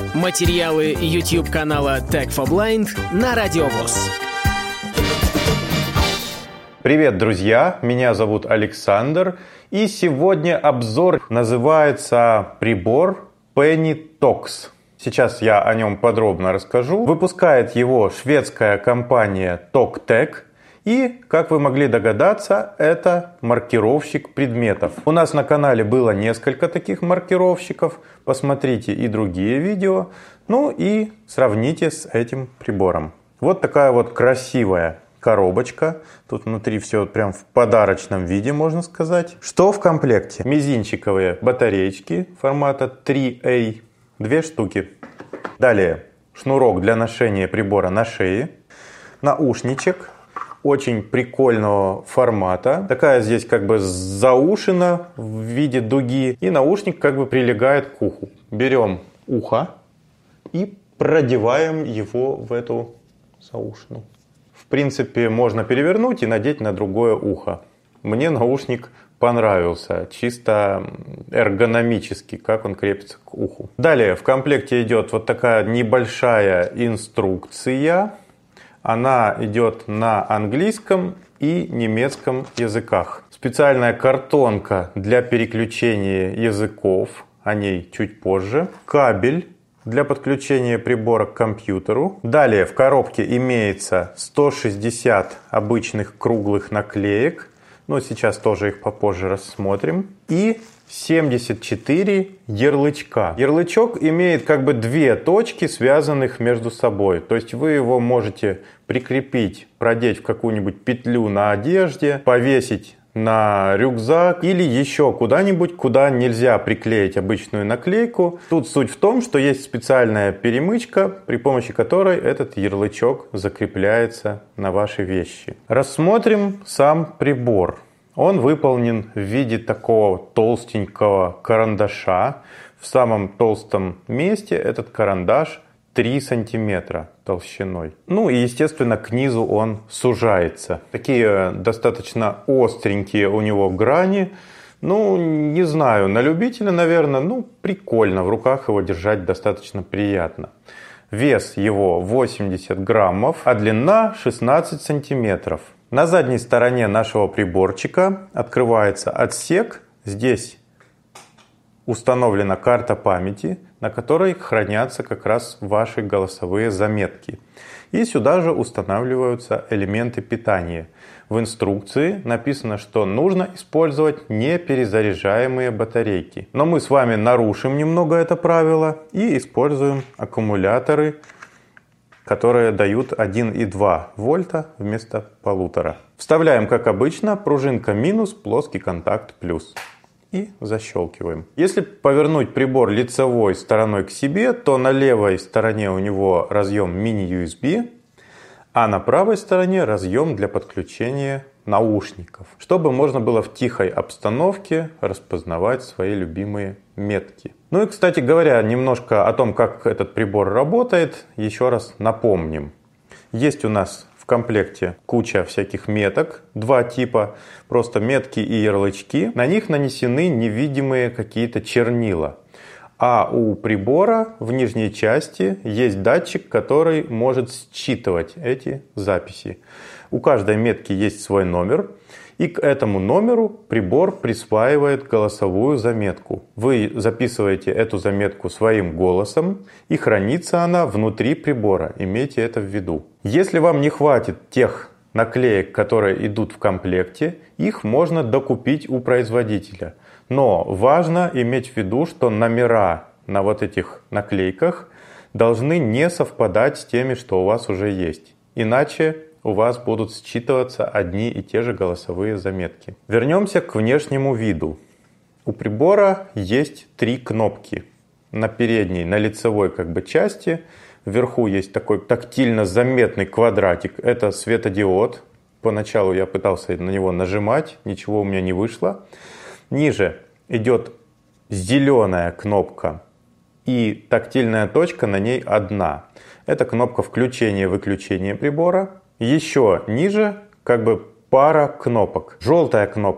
Материалы YouTube-канала Tech for Blind на Радио ВОС. Привет, друзья! Меня зовут Александр. И сегодня обзор называется прибор PennyTox. Сейчас я о нем подробно расскажу. Выпускает его шведская компания TalkTech. И, как вы могли догадаться, это маркировщик предметов. У нас на канале было несколько таких маркировщиков. Посмотрите и другие видео. Ну и сравните с этим прибором. Вот такая вот красивая коробочка. Тут внутри все прям в подарочном виде, можно сказать. Что в комплекте? Мизинчиковые батареечки формата 3A. 2 штуки. Далее шнурок для ношения прибора на шее. Наушничек очень прикольного формата. Такая здесь как бы заушина в виде дуги. И наушник как бы прилегает к уху. Берем ухо и продеваем его в эту заушину. В принципе, можно перевернуть и надеть на другое ухо. Мне наушник понравился, чисто эргономически, как он крепится к уху. Далее в комплекте идет вот такая небольшая инструкция. Она идет на английском и немецком языках. Специальная картонка для переключения языков, о ней чуть позже. Кабель для подключения прибора к компьютеру. Далее в коробке имеется 160 обычных круглых наклеек. Но сейчас тоже их попозже рассмотрим. И 74 ярлычка. Ярлычок имеет как бы 2 точки, связанных между собой. То есть вы его можете прикрепить, продеть в какую-нибудь петлю на одежде, повесить на рюкзак или еще куда-нибудь, куда нельзя приклеить обычную наклейку. Тут суть в том, что есть специальная перемычка, при помощи которой этот ярлычок закрепляется на ваши вещи. Рассмотрим сам прибор. Он выполнен в виде такого толстенького карандаша. В самом толстом месте этот карандаш 3 сантиметра толщиной. Ну и, естественно, к низу он сужается. Такие достаточно остренькие у него грани. Ну, не знаю, на любителя, наверное, прикольно. В руках его держать достаточно приятно. Вес его 80 граммов, а длина 16 сантиметров. На задней стороне нашего приборчика открывается отсек. Здесь установлена карта памяти, на которой хранятся как раз ваши голосовые заметки. И сюда же устанавливаются элементы питания. В инструкции написано, что нужно использовать неперезаряжаемые батарейки. Но мы с вами нарушим немного это правило и используем аккумуляторы, которые дают 1,2 вольта вместо 1,5. Вставляем, как обычно, пружинка минус, плоский контакт плюс. И защелкиваем. Если повернуть прибор лицевой стороной к себе, то на левой стороне у него разъем mini-USB, а на правой стороне разъем для подключения наушников, чтобы можно было в тихой обстановке распознавать свои любимые метки. Ну и, кстати говоря, немножко о том, как этот прибор работает, еще раз напомним. Есть у нас в комплекте куча всяких меток, 2 типа, просто метки и ярлычки. На них нанесены невидимые какие-то чернила. А у прибора в нижней части есть датчик, который может считывать эти записи. У каждой метки есть свой номер, и к этому номеру прибор присваивает голосовую заметку. Вы записываете эту заметку своим голосом, и хранится она внутри прибора. Имейте это в виду. Если вам не хватит тех наклеек, которые идут в комплекте, их можно докупить у производителя. Но важно иметь в виду, что номера на вот этих наклейках должны не совпадать с теми, что у вас уже есть. Иначе у вас будут считываться одни и те же голосовые заметки. Вернемся к внешнему виду. У прибора есть 3 кнопки. На передней, на лицевой части. Вверху есть такой тактильно заметный квадратик. Это светодиод. Поначалу я пытался на него нажимать, ничего у меня не вышло. Ниже идет зеленая кнопка и тактильная точка на ней одна. Это кнопка включения-выключения прибора. Еще ниже пара кнопок. Желтая кнопка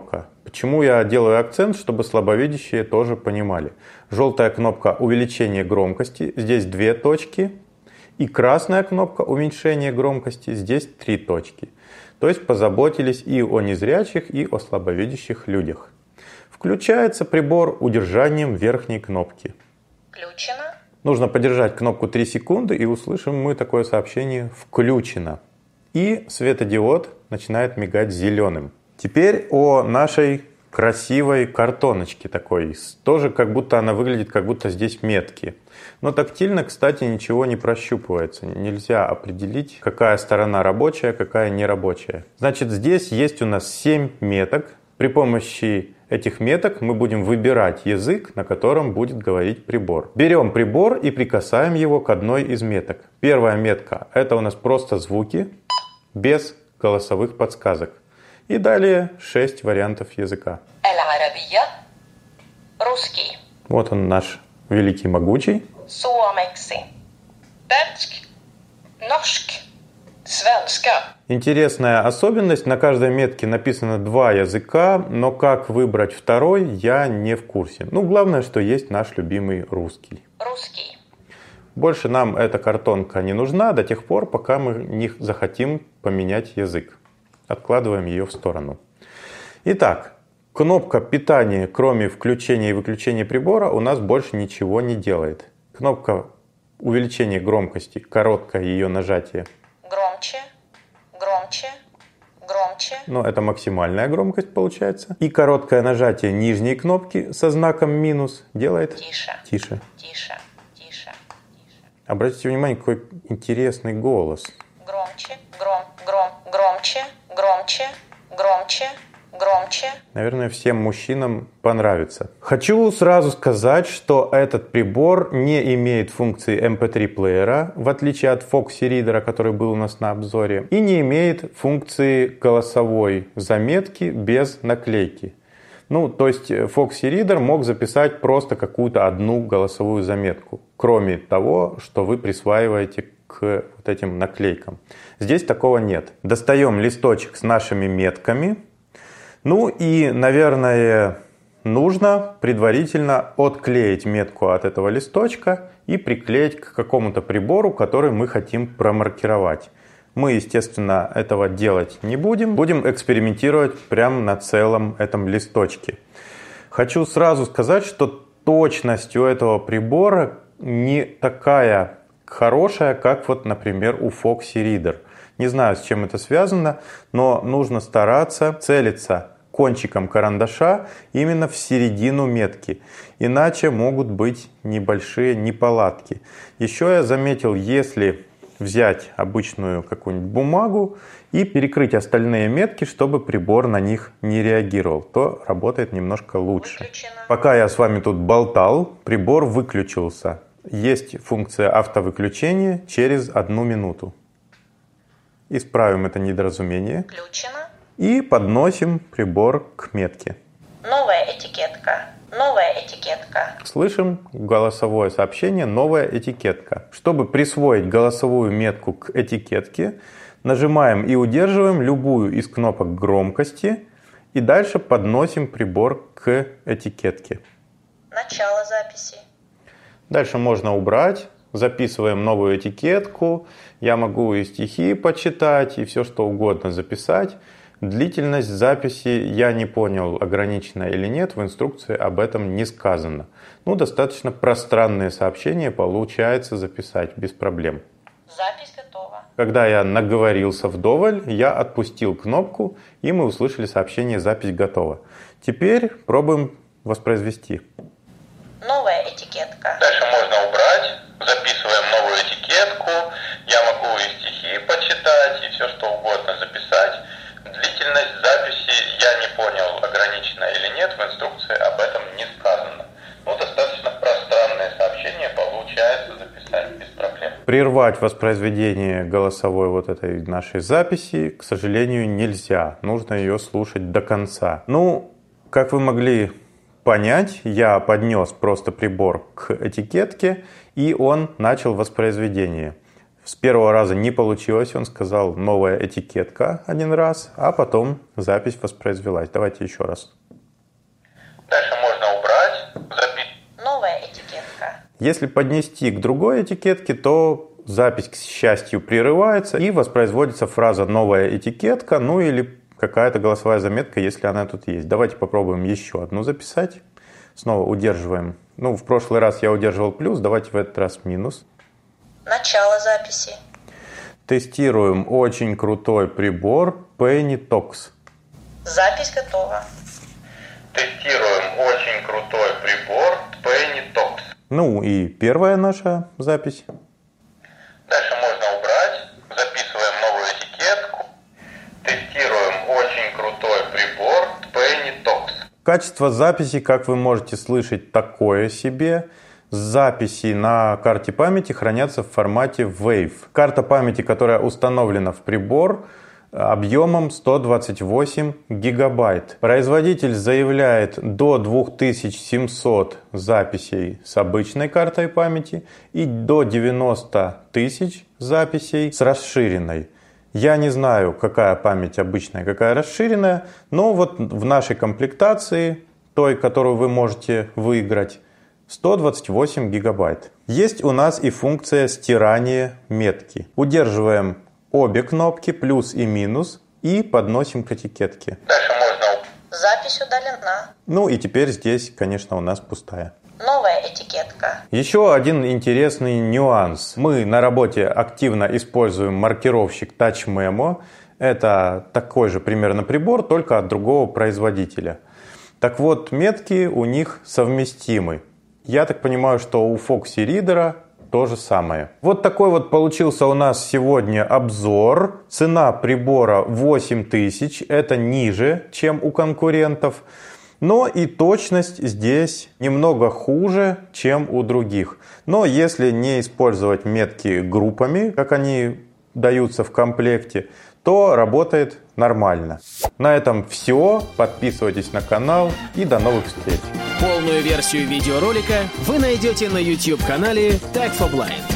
Почему я делаю акцент, чтобы слабовидящие тоже понимали. Желтая кнопка увеличения громкости, здесь 2 точки. И красная кнопка уменьшения громкости, здесь 3 точки. То есть позаботились и о незрячих, и о слабовидящих людях. Включается прибор удержанием верхней кнопки. Включено. Нужно подержать кнопку 3 секунды, и услышим мы такое сообщение «Включено». И светодиод начинает мигать зеленым. Теперь о нашей красивой картоночке такой. Тоже как будто она выглядит, как будто здесь метки. Но тактильно, кстати, ничего не прощупывается. Нельзя определить, какая сторона рабочая, какая нерабочая. Значит, здесь есть у нас 7 меток. При помощи этих меток мы будем выбирать язык, на котором будет говорить прибор. Берем прибор и прикасаем его к одной из меток. Первая метка – это у нас просто звуки, без голосовых подсказок. И далее 6 вариантов языка. Эль-Арабия. Русский. Вот он наш великий могучий. Suomeksi. Dansk. Norsk. Svenska. Интересная особенность. На каждой метке написано 2 языка, но как выбрать второй, я не в курсе. Главное, что есть наш любимый русский. Русский. Больше нам эта картонка не нужна до тех пор, пока мы не захотим поменять язык. Откладываем ее в сторону. Итак, кнопка питания, кроме включения и выключения прибора, у нас больше ничего не делает. Кнопка увеличения громкости, короткое ее нажатие. Громче, громче, громче. Но это максимальная громкость получается. И короткое нажатие нижней кнопки со знаком минус делает Тише. тише. Тише, тише, тише. Обратите внимание, какой интересный голос. Громче, громче, громче, громче, громче. Наверное, всем мужчинам понравится. Хочу сразу сказать, что этот прибор не имеет функции MP3-плеера, в отличие от Foxy Reader, который был у нас на обзоре, и не имеет функции голосовой заметки без наклейки. То есть Foxy Reader мог записать просто какую-то одну голосовую заметку, кроме того, что вы присваиваете к вот этим наклейкам. Здесь такого нет. Достаем листочек с нашими метками. И, наверное, нужно предварительно отклеить метку от этого листочка и приклеить к какому-то прибору, который мы хотим промаркировать. Мы, естественно, этого делать не будем. Будем экспериментировать прямо на целом этом листочке. Хочу сразу сказать, что точность у этого прибора не такая хорошая, как например, у Foxy Reader. Не знаю, с чем это связано, но нужно стараться целиться кончиком карандаша именно в середину метки. Иначе могут быть небольшие неполадки. Еще я заметил, если взять обычную какую-нибудь бумагу и перекрыть остальные метки, чтобы прибор на них не реагировал, то работает немножко лучше. Выключено. Пока я с вами тут болтал, прибор выключился. Есть функция автовыключения через 1 минуту. Исправим это недоразумение. Включено. И подносим прибор к метке. Новая этикетка. Новая этикетка. Слышим голосовое сообщение «Новая этикетка». Чтобы присвоить голосовую метку к этикетке, нажимаем и удерживаем любую из кнопок громкости и дальше подносим прибор к этикетке. Начало записи. Дальше можно убрать. Записываем новую этикетку. Я могу и стихи почитать, и все что угодно записать. Длительность записи, я не понял, ограничена или нет, в инструкции об этом не сказано. Достаточно пространные сообщения получается записать без проблем. Запись готова. Когда я наговорился вдоволь, я отпустил кнопку, и мы услышали сообщение «Запись готова». Теперь пробуем воспроизвести. Новая этикетка. Дальше можно убрать. Записываем новую этикетку. Я могу и стихи почитать, и все что угодно записать. Длительность записи, я не понял, ограничена или нет, в инструкции об этом не сказано. Достаточно пространное сообщение получается записать без проблем. Прервать воспроизведение голосовой этой нашей записи, к сожалению, нельзя. Нужно ее слушать до конца. Как вы могли понять, я поднес просто прибор к этикетке, и он начал воспроизведение. С первого раза не получилось, он сказал «новая этикетка» 1 раз, а потом запись воспроизвелась. Давайте еще раз. Дальше можно убрать, Новая этикетка. Если поднести к другой этикетке, то запись, к счастью, прерывается и воспроизводится фраза «новая этикетка», ну или какая-то голосовая заметка, если она тут есть. Давайте попробуем еще одну записать. Снова удерживаем. Ну, в прошлый раз я удерживал плюс, давайте в этот раз минус. Начало записи. Тестируем очень крутой прибор PennyTox. Запись готова. Тестируем очень крутой прибор PennyTox. Ну и первая наша запись. Дальше можно убрать, записываем новую этикетку. Тестируем очень крутой прибор PennyTox. Качество записи, как вы можете слышать, такое себе. Записи на карте памяти хранятся в формате WAV. Карта памяти, которая установлена в прибор, объемом 128 гигабайт. Производитель заявляет до 2700 записей с обычной картой памяти и до 90 тысяч записей с расширенной. Я не знаю, какая память обычная, какая расширенная, но вот в нашей комплектации, той, которую вы можете выиграть, 128 гигабайт. Есть у нас и функция стирания метки. Удерживаем обе кнопки, плюс и минус, и подносим к этикетке. Дальше можно... Запись удалена. Ну и теперь здесь, конечно, у нас пустая. Новая этикетка. Еще один интересный нюанс. Мы на работе активно используем маркировщик Touch Memo. Это такой же примерно прибор, только от другого производителя. Так вот, метки у них совместимы. Я так понимаю, что у Foxy Reader то же самое. Вот такой вот получился у нас сегодня обзор. Цена прибора 8000. Это ниже, чем у конкурентов. Но и точность здесь немного хуже, чем у других. Но если не использовать метки группами, как они даются в комплекте, то работает нормально. На этом все. Подписывайтесь на канал и до новых встреч. Полную версию видеоролика вы найдете на YouTube-канале Tech4Blind.